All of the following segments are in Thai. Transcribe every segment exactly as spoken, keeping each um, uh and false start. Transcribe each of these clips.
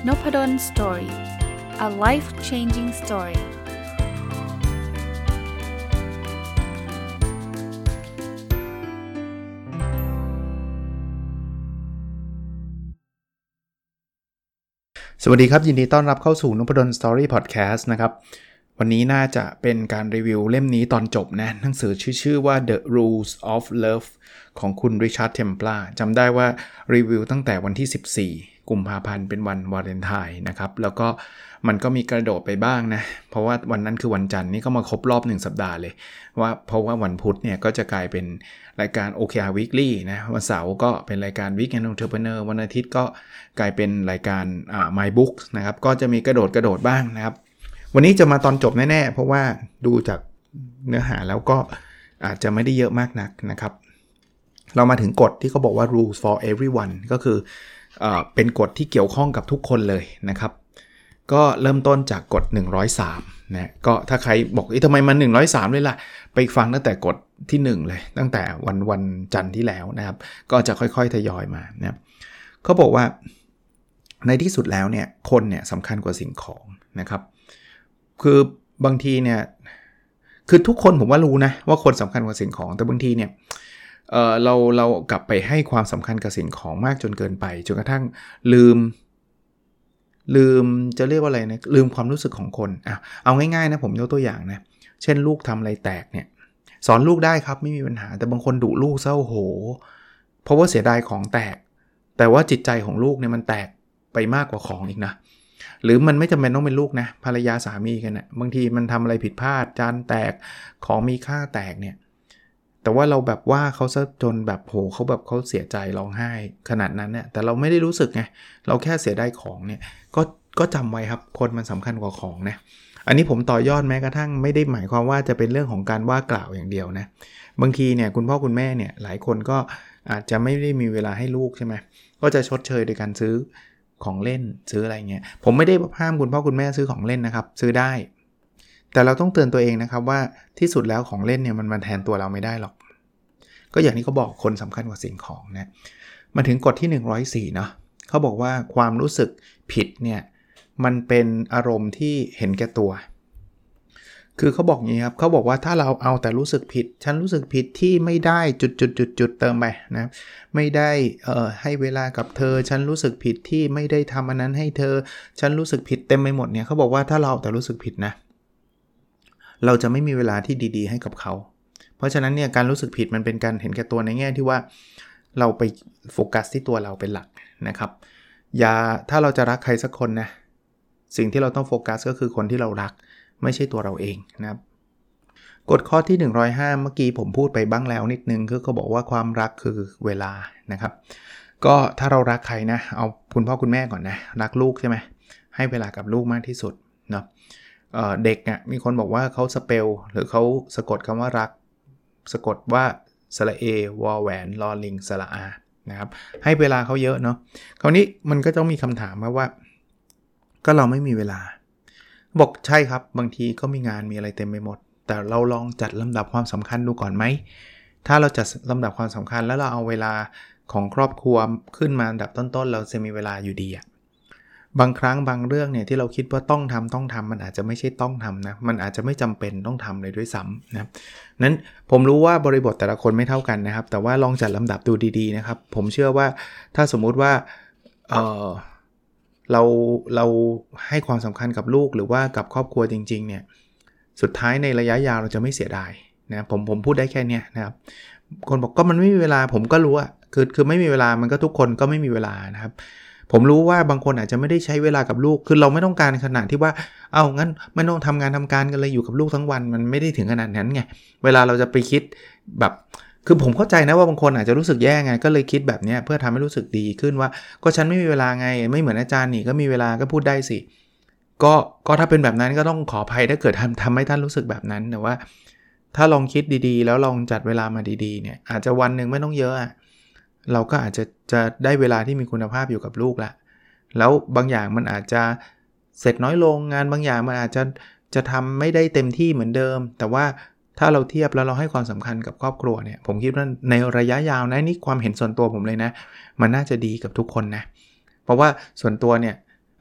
Nopadon Story. A life-changing story.สวัสดีครับยินดีต้อนรับเข้าสู่ Nopadon Story Podcast นะครับวันนี้น่าจะเป็นการรีวิวเล่มนี้ตอนจบนะหนังสือชื่อว่า The Rules of Love ของคุณ Richard Templar จำได้ว่ารีวิวตั้งแต่วันที่สิบสี่กุมภาพันธ์เป็นวันวาเลนไทน์นะครับแล้วก็มันก็มีกระโดดไปบ้างนะเพราะว่าวันนั้นคือวันจันทร์นี่ก็มาครบรอบหนึ่งสัปดาห์เลยว่าเพราะว่าวันพุธเนี่ยก็จะกลายเป็นรายการ โอ เค อาร์ Weekly นะวันเสาร์ก็เป็นรายการ Weekend Entrepreneur วันอาทิตย์ก็กลายเป็นรายการอ่า My Books นะครับก็จะมีกระโดดกระโดดบ้างนะครับวันนี้จะมาตอนจบแน่ๆเพราะว่าดูจากเนื้อหาแล้วก็อาจจะไม่ได้เยอะมากนักนะครับเรามาถึงกฎที่เขาบอกว่า rules for everyone ก็คือเอ่อเป็นกฎที่เกี่ยวข้องกับทุกคนเลยนะครับก็เริ่มต้นจากกฎหนึ่งร้อยสามนะก็ถ้าใครบอกเอ๊ะทำไมมันหนึ่งร้อยสามเลยล่ะไปฟังตั้งแต่กฎที่หนึ่งเลยตั้งแต่วันวันจันทร์ที่แล้วนะครับก็จะค่อยๆทยอยมานะครับเขาบอกว่าในที่สุดแล้วเนี่ยคนเนี่ยสำคัญกว่าสิ่งของนะครับคือบางทีเนี่ยคือทุกคนผมว่ารู้นะว่าคนสำคัญกว่าสิ่งของแต่บางทีเนี่ยเออเราเรากลับไปให้ความสำคัญกับสิ่งของมากจนเกินไปจนกระทั่งลืมลืมจะเรียกว่าอะไรนะลืมความรู้สึกของคนอ่ะเอาง่ายๆนะผมยกตัวอย่างนะเช่นลูกทำอะไรแตกเนี่ยสอนลูกได้ครับไม่มีปัญหาแต่บางคนดุลูกซะโอ้โหเพราะว่าเสียดายของแตกแต่ว่าจิตใจของลูกเนี่ยมันแตกไปมากกว่าของอีกนะหรือมันไม่จำเป็นต้องเป็นลูกนะภรรยาสามีกันนะบางทีมันทำอะไรผิดพลาดจานแตกของมีค่าแตกเนี่ยแต่ว่าเราแบบว่าเขาซะจนแบบโหเขาแบบเขาเสียใจร้องไห้ขนาดนั้นเนี่ยแต่เราไม่ได้รู้สึกไงเราแค่เสียดายของเนี่ยก็ก็จำไว้ครับคนมันสำคัญกว่าของนะอันนี้ผมต่อยอดแม้กระทั่งไม่ได้หมายความว่าจะเป็นเรื่องของการว่ากล่าวอย่างเดียวนะบางทีเนี่ยคุณพ่อคุณแม่เนี่ยหลายคนก็อาจจะไม่ได้มีเวลาให้ลูกใช่ไหมก็จะชดเชยโดยการซื้อของเล่นซื้ออะไรเงี้ยผมไม่ได้ห้ามคุณพ่อคุณแม่ซื้อของเล่นนะครับซื้อได้แต่เราต้องเตือนตัวเองนะครับว่าที่สุดแล้วของเล่นเนี่ยมันมาแทนตัวเราไม่ได้หรอกก็อย่างที่เขาบอกคนสำคัญกว่าสิ่งของนะมาถึงกฎที่หนึ่งร้อยสี่เนาะเขาบอกว่าความรู้สึกผิดเนี่ยมันเป็นอารมณ์ที่เห็นแก่ตัวคือเขาบอกอย่างนี้ครับเขาบอกว่าถ้าเราเอาแต่รู้สึกผิดฉันรู้สึกผิดที่ไม่ได้จุดๆๆเติมไปนะไม่ได้เอ่อให้เวลากับเธอฉันรู้สึกผิดที่ไม่ได้ทำอันนั้นให้เธอฉันรู้สึกผิดเต็มไปหมดเนี่ยเขาบอกว่าถ้าเราแต่รู้สึกผิดนะเราจะไม่มีเวลาที่ดีๆให้กับเขาเพราะฉะนั้นเนี่ยการรู้สึกผิดมันเป็นการเห็นแก่ตัวในแง่ที่ว่าเราไปโฟกัสที่ตัวเราเป็นหลักนะครับอย่าถ้าเราจะรักใครสักคนนะสิ่งที่เราต้องโฟกัสก็คือคนที่เรารักไม่ใช่ตัวเราเองนะครับกฎข้อที่หนึ่งร้อยห้าเมื่อกี้ผมพูดไปบ้างแล้วนิดนึงคือเขาบอกว่าความรักคือเวลานะครับก็ถ้าเรารักใครนะเอาคุณพ่อคุณแม่ก่อนนะรักลูกใช่ไหมให้เวลากับลูกมากที่สุดเนาะ เอ่อเด็กอ่ะมีคนบอกว่าเขาสเปลหรือเขาสะกดคำว่ารักสะกดว่าสระเอวอแหวนลอลิงสระอานะครับให้เวลาเขาเยอะเนาะคราวนี้มันก็ต้องมีคำถามว่าก็เราไม่มีเวลาบอกใช่ครับบางทีก็มีงานมีอะไรเต็มไปหมดแต่เราลองจัดลำดับความสำคัญดูก่อนไหมถ้าเราจัดลำดับความสำคัญแล้วเราเอาเวลาของครอบครัวขึ้นมาอันดับต้นๆเราจะมีเวลาอยู่ดีอะบางครั้งบางเรื่องเนี่ยที่เราคิดว่าต้องทำต้องทำมันอาจจะไม่ใช่ต้องทำนะมันอาจจะไม่จำเป็นต้องทำเลยด้วยซ้ำนะครับนั้นผมรู้ว่าบริบทแต่ละคนไม่เท่ากันนะครับแต่ว่าลองจัดลำดับดูดีๆนะครับผมเชื่อว่าถ้าสมมุติว่าเออเราเราให้ความสำคัญกับลูกหรือว่ากับครอบครัวจริงๆเนี่ยสุดท้ายในระยะยาวเราจะไม่เสียดายนะผมผมพูดได้แค่นี้นะครับคนบอกก็มันไม่มีเวลาผมก็รู้อะคือคือไม่มีเวลามันก็ทุกคนก็ไม่มีเวลานะครับผมรู้ว่าบางคนอาจจะไม่ได้ใช้เวลากับลูกคือเราไม่ต้องการขนาดที่ว่าเอ้างั้นไม่ต้องทำงานทำการกันเลยอยู่กับลูกทั้งวันมันไม่ได้ถึงขนาดนั้นไงเวลาเราจะไปคิดแบบคือผมเข้าใจนะว่าบางคนอาจจะรู้สึกแย่ไงก็เลยคิดแบบนี้เพื่อทำให้รู้สึกดีขึ้นว่าก็ฉันไม่มีเวลาไงไม่เหมือนอาจารย์นี่ก็มีเวลาก็พูดได้สิก็ก็ถ้าเป็นแบบนั้นก็ต้องขออภัยถ้าเกิดทำทำให้ท่านรู้สึกแบบนั้นแต่ว่าถ้าลองคิดดีๆแล้วลองจัดเวลามาดีๆเนี่ยอาจจะวันนึงไม่ต้องเยอะเราก็อาจจะจะได้เวลาที่มีคุณภาพอยู่กับลูกละแล้วบางอย่างมันอาจจะเสร็จน้อยลงงานบางอย่างมันอาจจะจะทำไม่ได้เต็มที่เหมือนเดิมแต่ว่าถ้าเราเทียบแล้วเราให้ความสำคัญกับครอบครัวเนี่ยผมคิดว่าในระยะยาวนะนี่ความเห็นส่วนตัวผมเลยนะมันน่าจะดีกับทุกคนนะเพราะว่าส่วนตัวเนี่ย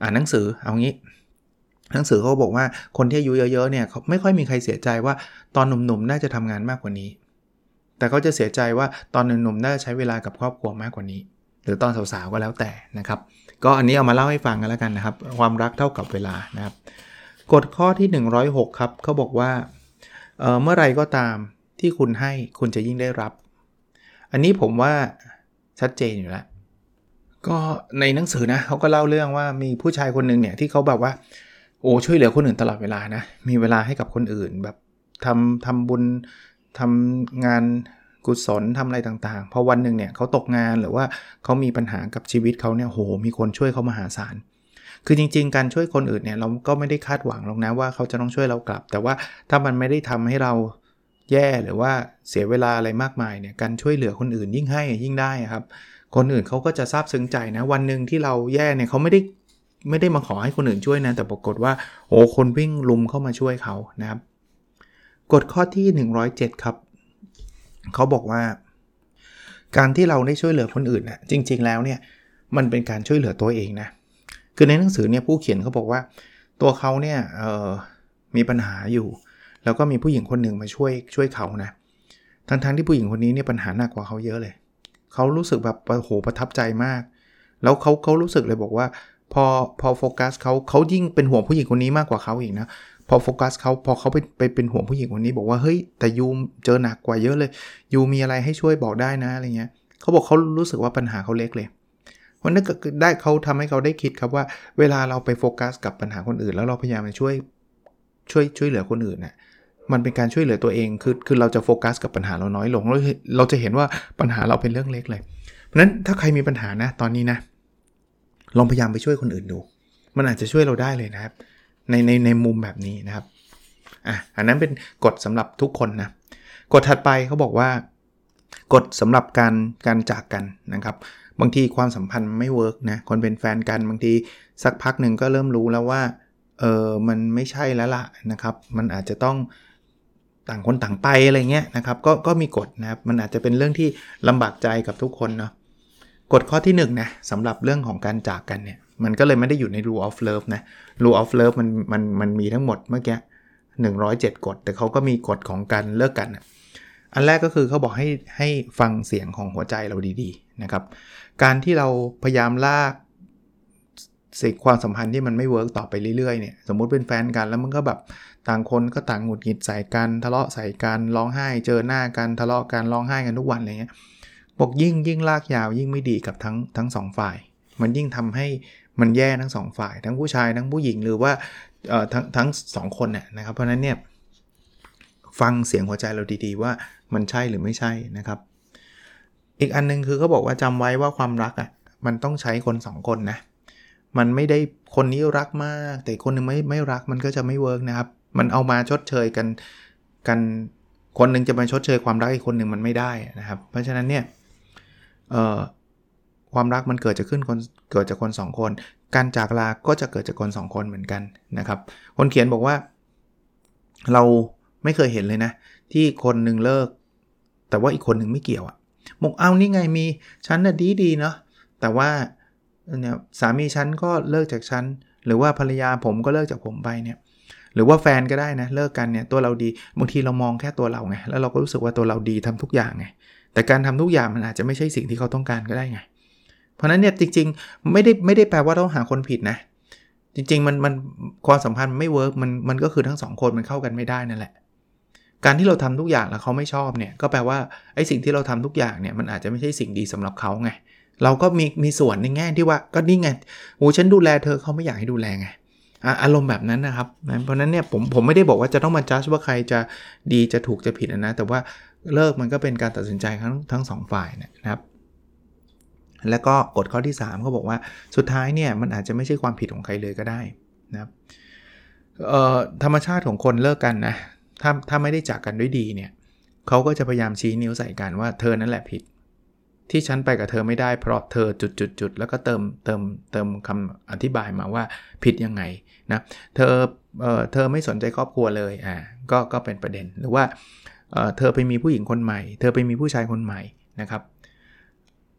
อ่านหนังสือเอางี้หนังสือเขาบอกว่าคนที่อายุเยอะๆเนี่ยเขาไม่ค่อยมีใครเสียใจว่าตอนหนุ่มๆน่าจะทำงานมากกว่านี้แต่เขาจะเสียใจว่าตอนหนุ่มๆน่าจะใช้เวลากับครอบครัวมากกว่านี้หรือตอนสาวๆก็แล้วแต่นะครับก็อันนี้เอามาเล่าให้ฟังกันแล้วกันนะครับความรักเท่ากับเวลานะครับกฎข้อที่หนึ่งร้อยหกครับเขาบอกว่า เอ่อ เมื่อไรก็ตามที่คุณให้คุณจะยิ่งได้รับอันนี้ผมว่าชัดเจนอยู่แล้วก็ในหนังสือนะเขาก็เล่าเรื่องว่ามีผู้ชายคนหนึ่งเนี่ยที่เขาแบบว่าโอ้ช่วยเหลือคนอื่นตลอดเวลานะมีเวลาให้กับคนอื่นแบบทำทำบุญทำงานกุศลทำอะไรต่างๆพอวันหนึ่งเนี่ยเขาตกงานหรือว่าเขามีปัญหากับชีวิตเขาเนี่ยโหมีคนช่วยเขามหาศาลคือจริงๆการช่วยคนอื่นเนี่ยเราก็ไม่ได้คาดหวังหรอกนะว่าเขาจะต้องช่วยเรากลับแต่ว่าถ้ามันไม่ได้ทำให้เราแย่หรือว่าเสียเวลาอะไรมากมายเนี่ยการช่วยเหลือคนอื่นยิ่งให้ยิ่งได้ครับคนอื่นเขาก็จะซาบซึ้งใจนะวันนึงที่เราแย่เนี่ยเขาไม่ได้ไม่ได้มาขอให้คนอื่นช่วยนะแต่ปรากฏว่าโอ้คนวิ่งลุมเข้ามาช่วยเขานะครับกฎข้อที่หนึ่งร้อยเจ็ดครับเขาบอกว่าการที่เราได้ช่วยเหลือคนอื่นนะจริงๆแล้วเนี่ยมันเป็นการช่วยเหลือตัวเองนะคือในหนังสือเนี่ยผู้เขียนเขาบอกว่าตัวเขาเนี่ยเอ่อมีปัญหาอยู่แล้วก็มีผู้หญิงคนหนึ่งมาช่วยช่วยเขานะทั้งๆที่ผู้หญิงคนนี้เนี่ยปัญหาหนักกว่าเขาเยอะเลยเขารู้สึกแบบโอ้โหประทับใจมากแล้วเขาเขารู้สึกเลยบอกว่าพอพอโฟกัสเขาเขายิ่งเป็นห่วงผู้หญิงคนนี้มากกว่าเขาอีกนะพอโฟกัสเขาพอเขาไปไปเป็นห่วงผู้หญิงคนนี้บอกว่าเฮ้ยแต่ยูเจอหนักกว่าเยอะเลยยูมีอะไรให้ช่วยบอกได้นะอะไรเงี้ยเขาบอกเขารู้สึกว่าปัญหาเขาเล็กเลยวันนั้นก็ได้เขาทำให้เขาได้คิดครับว่าเวลาเราไปโฟกัสกับปัญหาคนอื่นแล้วเราพยายามไปช่วยช่วยช่วยเหลือคนอื่นน่ะมันเป็นการช่วยเหลือตัวเองคือคือเราจะโฟกัสกับปัญหาเราน้อยลงเราเราจะเห็นว่าปัญหาเราเป็นเรื่องเล็กเลยเพราะฉะนั้นถ้าใครมีปัญหานะตอนนี้นะลองพยายามไปช่วยคนอื่นดูมันอาจจะช่วยเราได้เลยนะครับในในในมุมแบบนี้นะครับอ่ะอันนั้นเป็นกฎสำหรับทุกคนนะกฎถัดไปเขาบอกว่ากฎสำหรับการการจากกันนะครับบางทีความสัมพันธ์ไม่เวิร์กนะคนเป็นแฟนกันบางทีสักพักหนึ่งก็เริ่มรู้แล้วว่าเออมันไม่ใช่แล้วล่ะนะครับมันอาจจะต้องต่างคนต่างไปอะไรเงี้ยนะครับก็ก็มีกฎนะครับมันอาจจะเป็นเรื่องที่ลำบากใจกับทุกคนเนาะกฎข้อที่หนึ่งนะสำหรับเรื่องของการจากกันเนี่ยมันก็เลยไม่ได้อยู่ใน rule of love นะ rule of love มันมันมันมีทั้งหมดเมื่อกี้หนึ่งร้อยเจ็ดกฎแต่เขาก็มีกฎของการเลิกกันนะอันแรกก็คือเขาบอกให้ให้ฟังเสียงของหัวใจเราดีๆนะครับการที่เราพยายามลากสิ่งความสัมพันธ์ที่มันไม่เวิร์กต่อไปเรื่อยๆเนี่ยสมมุติเป็นแฟนกันแล้วมันก็แบบต่างคนก็ต่างหงุดหงิดใส่กันทะเลาะใส่กันร้องไห้เจอหน้ากันทะเลาะกันร้องไห้กันทุกวันอะไรเงี้ยบอกยิ่งยิ่งลากยาวยิ่งไม่ดีกับทั้งทั้งสองฝ่ายมันยิ่งทำให้มันแย่ทั้งสองฝ่ายทั้งผู้ชายทั้งผู้หญิงหรือว่าเอ่อทั้งทั้งสองคนเนี่ยนะครับเพราะนั้นเนี่ยฟังเสียงหัวใจเราดีๆว่ามันใช่หรือไม่ใช่นะครับอีกอันนึงคือเขาบอกว่าจำไว้ว่าความรักอ่ะมันต้องใช้คนสองคนนะมันไม่ได้คนนี้รักมากแต่คนนึงไม่ไม่รักมันก็จะไม่เวิร์กนะครับมันเอามาชดเชยกันกันคนนึงจะมาชดเชยความรักอีกคนนึงมันไม่ได้นะครับเพราะฉะนั้นเนี่ยเอ่อความรักมันเกิดจะขึ้นคนเกิดจากคนสองคนการจากลาก็จะเกิดจากคนสองคนเหมือนกันนะครับคนเขียนบอกว่าเราไม่เคยเห็นเลยนะที่คนนึงเลิกแต่ว่าอีกคนนึงไม่เกี่ยวอ่ะบอกเอานี่ไงมีฉันน่ะดีดีเนาะแต่ว่าเนี่ยสามีฉันก็เลิกจากฉันหรือว่าภรรยาผมก็เลิกจากผมไปเนี่ยหรือว่าแฟนก็ได้นะเลิกกันเนี่ยตัวเราดีบางทีเรามองแค่ตัวเราไงแล้วเราก็รู้สึกว่าตัวเราดีทำทุกอย่างไงแต่การทำทุกอย่างมันอาจจะไม่ใช่สิ่งที่เขาต้องการก็ได้ไงเพราะนั้นเนี่ยจริงๆไม่ได้ไม่ได้แปลว่าต้องหาคนผิดนะจริงๆมันมันความสัมพันธ์ไม่เวิร์กมันมันก็คือทั้งสองคนมันเข้ากันไม่ได้นั่นแหละการที่เราทำทุกอย่างแล้วเขาไม่ชอบเนี่ยก็แปลว่าไอ้สิ่งที่เราทำทุกอย่างเนี่ยมันอาจจะไม่ใช่สิ่งดีสำหรับเขาไงเราก็มีมีส่วนในแง่ที่ว่าก็นี่ไงโอ้ฉันดูแลเธอเขาไม่อยากให้ดูแลไงอารมณ์แบบนั้นนะครับเพราะนั้นเนี่ยผมผมไม่ได้บอกว่าจะต้องมาจัดว่าใครจะดีจะถูกจะผิดนะแต่ว่าเลิกมันก็เป็นการตัดสินใจทั้งทั้งสองฝ่ายนะครับแล้วก็กฎข้อที่สามเขาบอกว่าสุดท้ายเนี่ยมันอาจจะไม่ใช่ความผิดของใครเลยก็ได้นะครับเอ่อธรรมชาติของคนเลิกกันนะถ้าถ้าไม่ได้จากกันด้วยดีเนี่ยเขาก็จะพยายามชี้นิ้วใส่กันว่าเธอนั่นแหละผิดที่ฉันไปกับเธอไม่ได้เพราะเธอจุดๆๆแล้วก็เติมเติมเติมคำอธิบายมาว่าผิดยังไงนะเธอเอ่อเธอไม่สนใจครอบครัวเลยอ่าก็ก็เป็นประเด็นหรือว่าเอ่อเธอไปมีผู้หญิงคนใหม่เธอไปมีผู้ชายคนใหม่นะครับ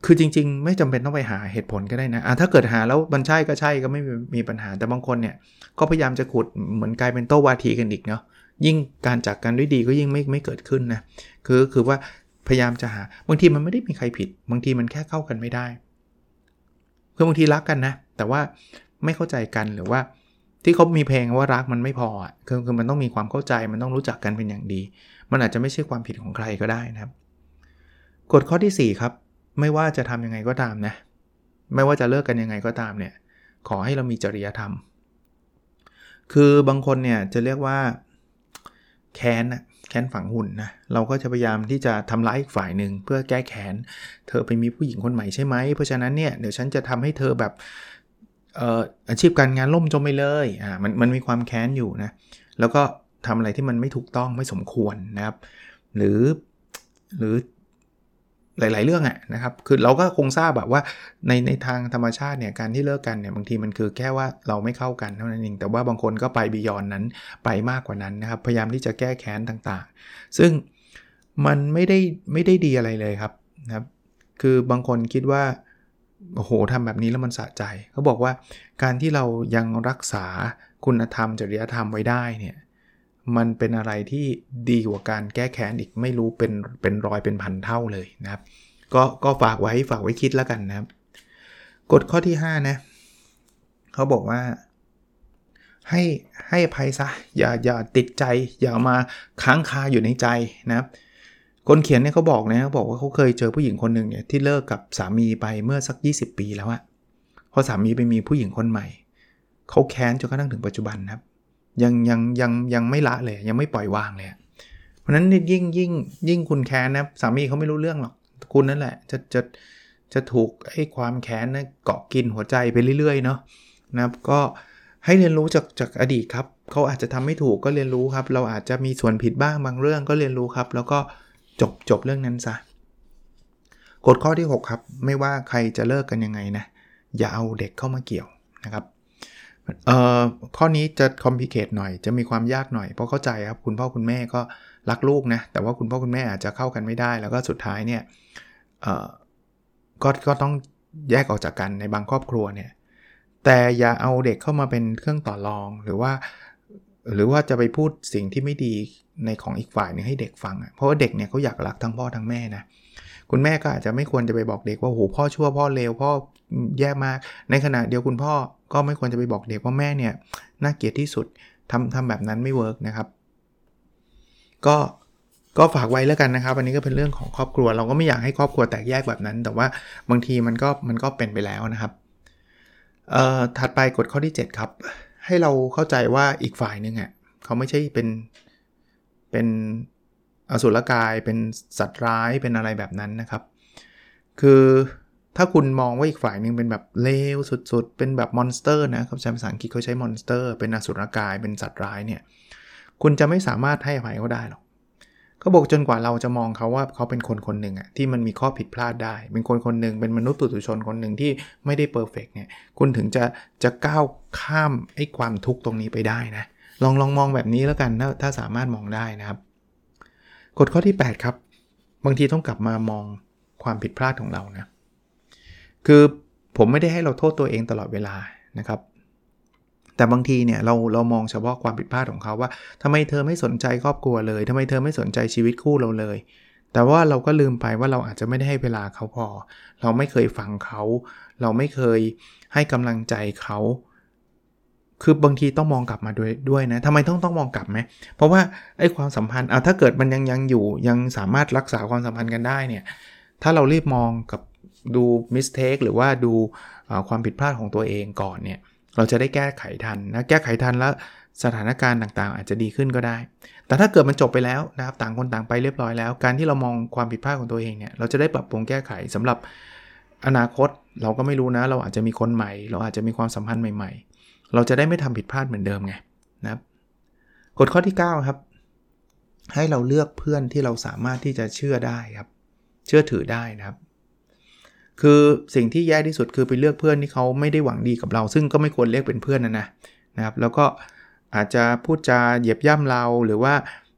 คือจริงๆไม่จำเป็นต้องไปหาเหตุผลก็ได้นะอ่ะถ้าเกิดหาแล้วมันใช่ก็ใช่ก็ไม่มีปัญหาแต่บางคนเนี่ยก็พยายามจะขุดเหมือนกลายเป็นโต้วาทีกันอีกเนาะยิ่งการจากกันด้วยดีก็ยิ่งไม่ไม่เกิดขึ้นนะคือคือว่าพยายามจะหาบางทีมันไม่ได้มีใครผิดบางทีมันแค่เข้ากันไม่ได้คือบางทีรักกันนะแต่ว่าไม่เข้าใจกันหรือว่าที่เขามีเพลงว่ารักมันไม่พออ่ะคือคือมันต้องมีความเข้าใจมันต้องรู้จักกันเป็นอย่างดีมันอาจจะไม่ใช่ความผิดของใครก็ได้นะครับกฎข้อที่สี่ครับไม่ว่าจะทำยังไงก็ตามนะไม่ว่าจะเลิกกันยังไงก็ตามเนี่ยขอให้เรามีจริยธรรมคือบางคนเนี่ยจะเรียกว่าแค้นนะแค้นฝังหุ่นนะเราก็จะพยายามที่จะทำร้ายอีกฝ่ายหนึ่งเพื่อแก้แค้นเธอไปมีผู้หญิงคนใหม่ใช่ไหมเพราะฉะนั้นเนี่ยเดี๋ยวฉันจะทำให้เธอแบบเอ่ออาชีพการงานล่มจมไปเลยอ่ามันมันมีความแค้นอยู่นะแล้วก็ทำอะไรที่มันไม่ถูกต้องไม่สมควรนะครับหรือหรือหลายๆเรื่องอะนะครับคือเราก็คงทราบแบบว่าในในทางธรรมชาติเนี่ยการที่เลิกกันเนี่ยบางทีมันคือแค่ว่าเราไม่เข้ากันเท่านั้นเองแต่ว่าบางคนก็ไปบียอนนั้นไปมากกว่านั้นนะครับพยายามที่จะแก้แค้นต่างๆซึ่งมันไม่ได้ไม่ได้ดีอะไรเลยครับนะครับคือบางคนคิดว่าโอ้โหทำแบบนี้แล้วมันสะใจเขาบอกว่าการที่เรายังรักษาคุณธรรมจริยธรรมไว้ได้เนี่ยมันเป็นอะไรที่ดีกว่าการแก้แค้นอีกไม่รู้เป็นเป็นร้อยเป็นพันเท่าเลยนะครับก็ก็ฝากไว้ฝากไว้คิดแล้วกันนะครับกฎข้อที่ห้านะเขาบอกว่าให้ให้อภัยซะอย่าอย่าติดใจอย่ามาค้างคาอยู่ในใจนะครับคนเขียนเนี่ยเขาบอกนะเขาบอกว่าเขาเคยเจอผู้หญิงคนหนึ่งเนี่ยที่เลิกกับสามีไปเมื่อสักยี่สิบปีแล้วอะพอสามีไปมีผู้หญิงคนใหม่เขาแค้นจนกระทั่งถึงปัจจุบันนะครับยังยังยังยังไม่ละเลยยังไม่ปล่อยวางเลยเพราะนั้นยิ่งยิ่งยิ่งคุณแค้นนะสามีเขาไม่รู้เรื่องหรอกคุณนั่นแหละจะจะจะถูกไอ้ความแค้นนะเกาะกินหัวใจไปเรื่อยๆเนาะนะครับก็ให้เรียนรู้จากจากอดีตครับเขาอาจจะทำไม่ถูกก็เรียนรู้ครับเราอาจจะมีส่วนผิดบ้างบางเรื่องก็เรียนรู้ครับแล้วก็จบจบเรื่องนั้นซะกฎข้อที่หกครับไม่ว่าใครจะเลิกกันยังไงนะอย่าเอาเด็กเข้ามาเกี่ยวนะครับเอ่อข้อนี้จะคอมพลิเคทหน่อยจะมีความยากหน่อยเพราะเข้าใจครับคุณพ่อคุณแม่ก็รักลูกนะแต่ว่าคุณพ่อคุณแม่อาจจะเข้ากันไม่ได้แล้วก็สุดท้ายเนี่ยเอ่อก็ก็ต้องแยกออกจากกันในบางครอบครัวเนี่ยแต่อย่าเอาเด็กเข้ามาเป็นเครื่องต่อรองหรือว่าหรือว่าจะไปพูดสิ่งที่ไม่ดีในของอีกฝ่ายนึงให้เด็กฟังเพราะว่าเด็กเนี่ยเขาอยากรักทั้งพ่อทั้งแม่นะคุณแม่ก็อาจจะไม่ควรจะไปบอกเด็กว่าโหพ่อชั่วพ่อเลวพ่อแย่มากในขณะเดียวคุณพ่อก็ไม่ควรจะไปบอกเด็กว่าแม่เนี่ยน่าเกลียดที่สุดทำทำแบบนั้นไม่เวิร์กนะครับก็ก็ฝากไว้แล้วกันนะครับอันนี้ก็เป็นเรื่องของครอบครัวเราก็ไม่อยากให้ครอบครัวแตกแยกแบบนั้นแต่ว่าบางทีมันก็มันก็เป็นไปแล้วนะครับเอ่อถัดไปกฎข้อที่เจ็ดครับให้เราเข้าใจว่าอีกฝ่ายนึงอ่ะเขาไม่ใช่เป็นเป็นอสุรกายเป็นสัตว์ร้ายเป็นอะไรแบบนั้นนะครับคือถ้าคุณมองว่าอีกฝ่ายนึงเป็นแบบเลวสุดๆเป็นแบบมอนสเตอร์นะครับภาษาอังกฤษเขาใช้มอนสเตอร์เป็นอสุรกายเป็นสัตว์ร้ายเนี่ยคุณจะไม่สามารถให้อภัยเขาได้หรอกเขาบอกจนกว่าเราจะมองเขาว่าเขาเป็นคนคนหนึ่งอ่ะที่มันมีข้อผิดพลาดได้เป็นคนคนหนึ่งเป็นมนุษย์ปุถุชนคนหนึ่งที่ไม่ได้เพอร์เฟกต์เนี่ยคุณถึงจะจะก้าวข้ามไอ้ความทุกข์ตรงนี้ไปได้นะลองลองมองแบบนี้แล้วกันถ้าถ้าสามารถมองได้นะครับกฎข้อที่แปดครับบางทีต้องกลับมามองความผิดพลาดของเรานะคือผมไม่ได้ให้เราโทษตัวเองตลอดเวลานะครับแต่บางทีเนี่ยเราเรามองเฉพาะความผิดพลาดของเขาว่าทำไมเธอไม่สนใจครอบครัวเลยทำไมเธอไม่สนใจชีวิตคู่เราเลยแต่ว่าเราก็ลืมไปว่าเราอาจจะไม่ได้ให้เวลาเขาพอเราไม่เคยฟังเขาเราไม่เคยให้กำลังใจเขาคือบางทีต้องมองกลับมาด้วยด้วยนะทำไมต้องต้องมองกลับไหมเพราะว่าไอ้ความสัมพันธ์เอาถ้าเกิดมันยังยังอยู่ยังสามารถรักษาความสัมพันธ์กันได้เนี่ยถ้าเรารีบมองกับดูมิสเทคหรือว่าดูความผิดพลาดของตัวเองก่อนเนี่ยเราจะได้แก้ไขทันนะแก้ไขทันแล้วสถานการณ์ต่างๆอาจจะดีขึ้นก็ได้แต่ถ้าเกิดมันจบไปแล้วนะครับต่างคนต่างไปเรียบร้อยแล้วการที่เรามองความผิดพลาดของตัวเองเนี่ยเราจะได้ปรับปรุงแก้ไขสำหรับอนาคตเราก็ไม่รู้นะเราอาจจะมีคนใหม่เราอาจจะมีความสัมพันธ์ใหม่ๆเราจะได้ไม่ทำผิดพลาดเหมือนเดิมไงนะครับกฎข้อที่เก้าครับให้เราเลือกเพื่อนที่เราสามารถที่จะเชื่อได้ครับเชื่อถือได้นะครับคือสิ่งที่แย่ที่สุดคือไปเลือกเพื่อนที่เขาไม่ได้หวังดีกับเราซึ่งก็ไม่ควรเรียกเป็นเพื่อนนะนะนะครับแล้วก็อาจจะพูดจาเหยียบย่ำเราหรือว่า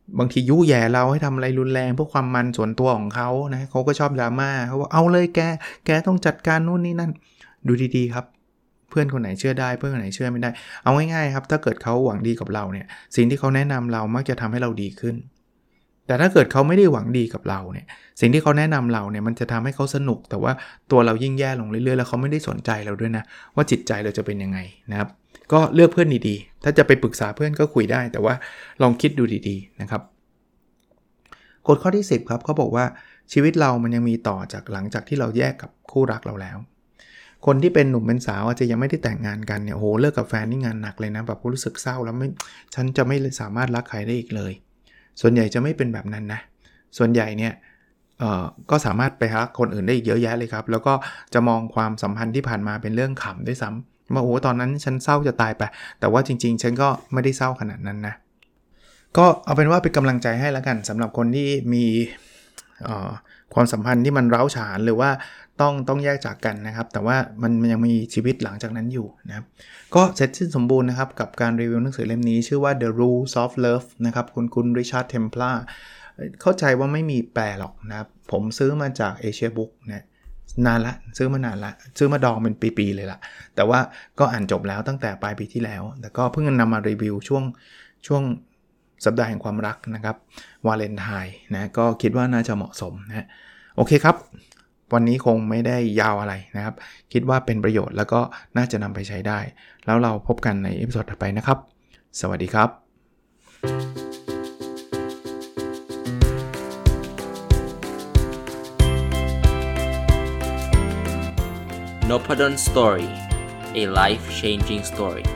บางทียุแย่เราให้ทำอะไรรุนแรงเพื่อความมันส่วนตัวของเขานะเขาก็ชอบดราม่าเขาว่าเอาเลยแกแกต้องจัดการนู่นนี่นั่นดูดีๆครับเพื่อนคนไหนเชื่อได้เพื่อนคนไหนเชื่อไม่ได้เอาง่ายๆครับถ้าเกิดเขาหวังดีกับเราเนี่ยสิ่งที่เขาแนะนำเรามักจะทำให้เราดีขึ้นแต่ถ้าเกิดเขาไม่ได้หวังดีกับเราเนี่ยสิ่งที่เขาแนะนำเราเนี่ยมันจะทำให้เขาสนุกแต่ว่าตัวเรายิ่งแย่ลงเรื่อยๆแล้วเขาไม่ได้สนใจเราด้วยนะว่าจิตใจเราจะเป็นยังไงนะครับก็เลือกเพื่อนดีๆถ้าจะไปปรึกษาเพื่อนก็คุยได้แต่ว่าลองคิดดูดีๆนะครับกฎข้อที่สิบครับเขาบอกว่าชีวิตเรามันยังมีต่อจากหลังจากที่เราแยกกับคู่รักเราแล้วคนที่เป็นหนุ่มเป็นสาวอาจจะยังไม่ได้แต่งงานกันเนี่ยโหเลิกกับแฟนนี่งานหนักเลยนะแบบรู้สึกเศร้าแล้วไม่ฉันจะไม่สามารถรักใครได้อีกเลยส่วนใหญ่จะไม่เป็นแบบนั้นนะส่วนใหญ่เนี่ยเอ่อก็สามารถไปรักคนอื่นได้อีกเยอะแยะเลยครับแล้วก็จะมองความสัมพันธ์ที่ผ่านมาเป็นเรื่องขำด้วยซ้ำว่าโอ้ตอนนั้นฉันเศร้าจะตายไปแต่ว่าจริงๆฉันก็ไม่ได้เศร้าขนาดนั้นนะก็เอาเป็นว่าเป็นกำลังใจให้แล้วกันสำหรับคนที่มีความสัมพันธ์ที่มันร้าวฉานหรือว่าต้องต้องแยกจากกันนะครับแต่ว่ามันยังมีชีวิตหลังจากนั้นอยู่นะครับก็เสร็จสิ้นสมบูรณ์นะครับกับการรีวิวหนังสือเล่มนี้ชื่อว่า The Rules of Love นะครับคุณคุณริชาร์ดเทมพลาร์เข้าใจว่าไม่มีแปลหรอกนะครับผมซื้อมาจาก Asia Book นะนานละซื้อมานานละซื้อมาดองเป็นปีๆเลยล่ะแต่ว่าก็อ่านจบแล้วตั้งแต่ปลายปีที่แล้วแต่ก็เพิ่งนำมารีวิวช่วงช่วงสัปดาห์แห่งความรักนะครับวาเลนไทน์นะก็คิดว่าน่าจะเหมาะสมนะโอเคครับวันนี้คงไม่ได้ยาวอะไรนะครับคิดว่าเป็นประโยชน์แล้วก็น่าจะนำไปใช้ได้แล้วเราพบกันในเอพิโซดถัดไปนะครับสวัสดีครับ Nopadon Story, a life-changing story.